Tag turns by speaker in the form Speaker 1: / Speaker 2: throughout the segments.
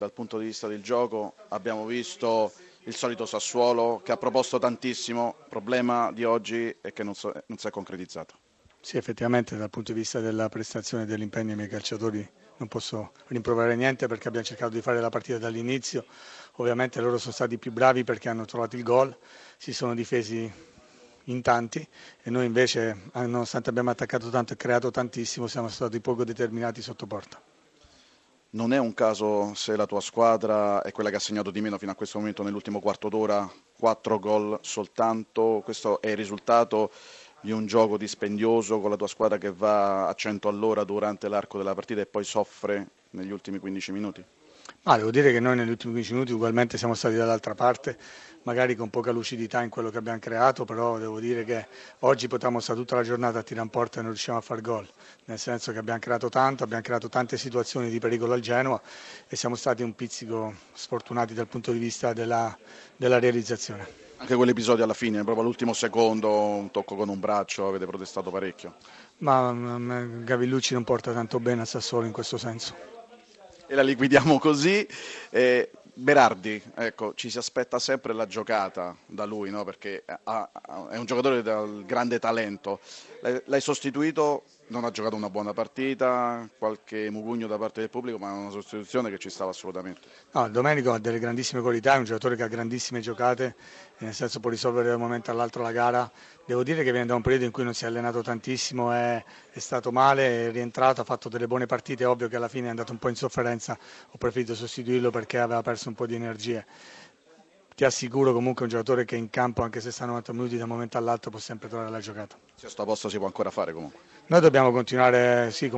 Speaker 1: Dal punto di vista del gioco abbiamo visto il solito Sassuolo che ha proposto tantissimo, il problema di oggi è che non si è concretizzato.
Speaker 2: Sì, effettivamente dal punto di vista della prestazione e dell'impegno dei miei calciatori non posso rimproverare niente perché abbiamo cercato di fare la partita dall'inizio. Ovviamente loro sono stati più bravi perché hanno trovato il gol, si sono difesi in tanti e noi invece, nonostante abbiamo attaccato tanto e creato tantissimo, siamo stati poco determinati sotto porta.
Speaker 1: Non è un caso se la tua squadra è quella che ha segnato di meno fino a questo momento nell'ultimo quarto d'ora, 4 gol soltanto, questo è il risultato di un gioco dispendioso con la tua squadra che va a 100 all'ora durante l'arco della partita e poi soffre negli ultimi 15 minuti?
Speaker 2: Devo dire che noi negli ultimi 15 minuti ugualmente siamo stati dall'altra parte, magari con poca lucidità in quello che abbiamo creato, però devo dire che oggi potremmo stare tutta la giornata a tirare in porta e non riusciamo a far gol, nel senso che abbiamo creato tanto, abbiamo creato tante situazioni di pericolo al Genoa e siamo stati un pizzico sfortunati dal punto di vista della realizzazione.
Speaker 1: Anche quell'episodio alla fine, proprio all'ultimo secondo, un tocco con un braccio, avete protestato parecchio.
Speaker 2: Ma Gavillucci non porta tanto bene a Sassuolo in questo senso.
Speaker 1: E la liquidiamo così. Berardi, ecco, ci si aspetta sempre la giocata da lui, no? Perché è un giocatore dal grande talento. L'hai sostituito, non ha giocato una buona partita, qualche mugugno da parte del pubblico, ma è una sostituzione che ci stava assolutamente.
Speaker 2: No, il Domenico ha delle grandissime qualità, è un giocatore che ha grandissime giocate, nel senso può risolvere da un momento all'altro la gara. Devo dire che viene da un periodo in cui non si è allenato tantissimo, è stato male, è rientrato, ha fatto delle buone partite, è ovvio che alla fine è andato un po' in sofferenza, ho preferito sostituirlo perché aveva perso un po' di energie. Ti assicuro comunque è un giocatore che in campo, anche se sta 90 minuti da un momento all'altro, può sempre trovare la giocata.
Speaker 1: Se sto a posto si può ancora fare comunque.
Speaker 2: Noi dobbiamo continuare, sì,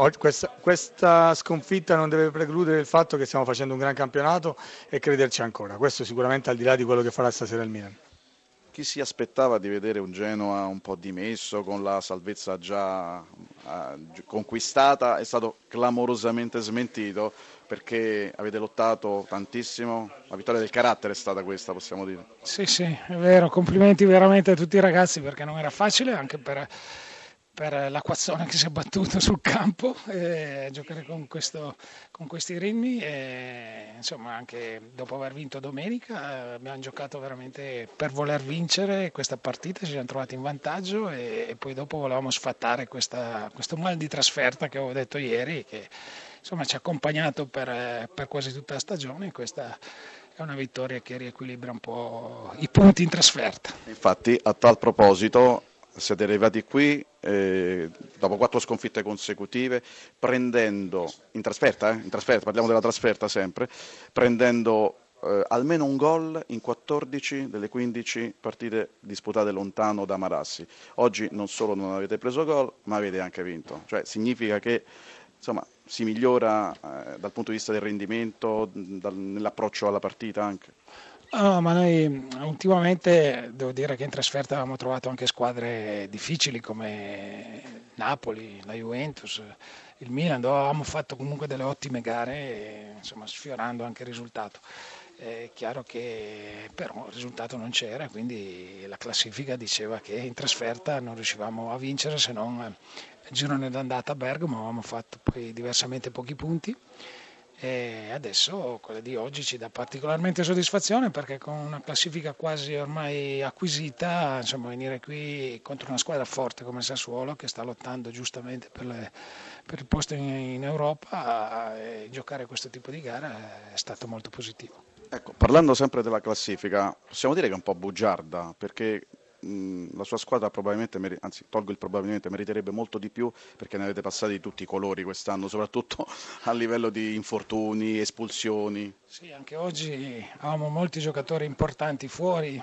Speaker 2: questa sconfitta non deve precludere il fatto che stiamo facendo un gran campionato e crederci ancora, questo sicuramente al di là di quello che farà stasera il Milan.
Speaker 1: Chi si aspettava di vedere un Genoa un po' dimesso, con la salvezza già conquistata, è stato clamorosamente smentito perché avete lottato tantissimo. La vittoria del carattere è stata questa, possiamo dire.
Speaker 3: Sì, sì, è vero, complimenti veramente a tutti i ragazzi perché non era facile anche per l'acquazzone che si è battuto sul campo, giocare con questi ritmi e insomma anche dopo aver vinto domenica abbiamo giocato veramente per voler vincere questa partita, ci siamo trovati in vantaggio e poi dopo volevamo sfatare questo mal di trasferta che avevo detto ieri che insomma ci ha accompagnato per quasi tutta la stagione. Questa è una vittoria che riequilibra un po' i punti in trasferta.
Speaker 1: Infatti, a tal proposito, siete arrivati qui dopo 4 sconfitte consecutive, prendendo in trasferta, parliamo della trasferta sempre, prendendo almeno un gol in 14 delle 15 partite disputate lontano da Marassi. Oggi non solo non avete preso gol, ma avete anche vinto. Cioè, significa che insomma, si migliora dal punto di vista del rendimento, nell'approccio alla partita anche.
Speaker 3: No, ma noi ultimamente devo dire che in trasferta avevamo trovato anche squadre difficili come Napoli, la Juventus, il Milan, dove avevamo fatto comunque delle ottime gare, insomma sfiorando anche il risultato. È chiaro che però il risultato non c'era, quindi la classifica diceva che in trasferta non riuscivamo a vincere se non il girone d'andata a Bergamo, avevamo fatto poi diversamente pochi punti. E adesso quella di oggi ci dà particolarmente soddisfazione perché con una classifica quasi ormai acquisita, insomma, venire qui contro una squadra forte come il Sassuolo che sta lottando giustamente per il posto in Europa e giocare questo tipo di gara è stato molto positivo.
Speaker 1: Ecco, parlando sempre della classifica, possiamo dire che è un po' bugiarda, perché la sua squadra probabilmente, anzi tolgo il probabilmente, meriterebbe molto di più perché ne avete passati di tutti i colori quest'anno, soprattutto a livello di infortuni, espulsioni.
Speaker 3: Sì, anche oggi avevamo molti giocatori importanti fuori,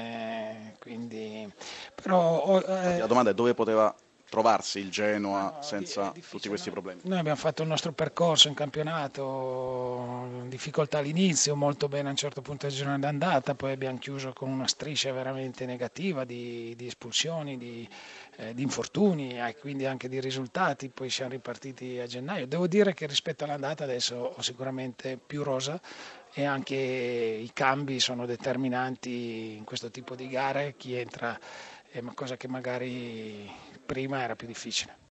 Speaker 3: quindi però
Speaker 1: Infatti la domanda è dove poteva trovarsi il
Speaker 3: no,
Speaker 1: Genoa
Speaker 3: no, è
Speaker 1: senza tutti
Speaker 3: difficile.
Speaker 1: questi problemi.
Speaker 3: Noi abbiamo fatto il nostro percorso in campionato, difficoltà all'inizio, molto bene a un certo punto del girone d'andata, poi abbiamo chiuso con una striscia veramente negativa di espulsioni, di infortuni e quindi anche di risultati, poi siamo ripartiti a gennaio. Devo dire che rispetto all'andata adesso ho sicuramente più rosa e anche i cambi sono determinanti in questo tipo di gare, chi entra è una cosa che magari prima era più difficile.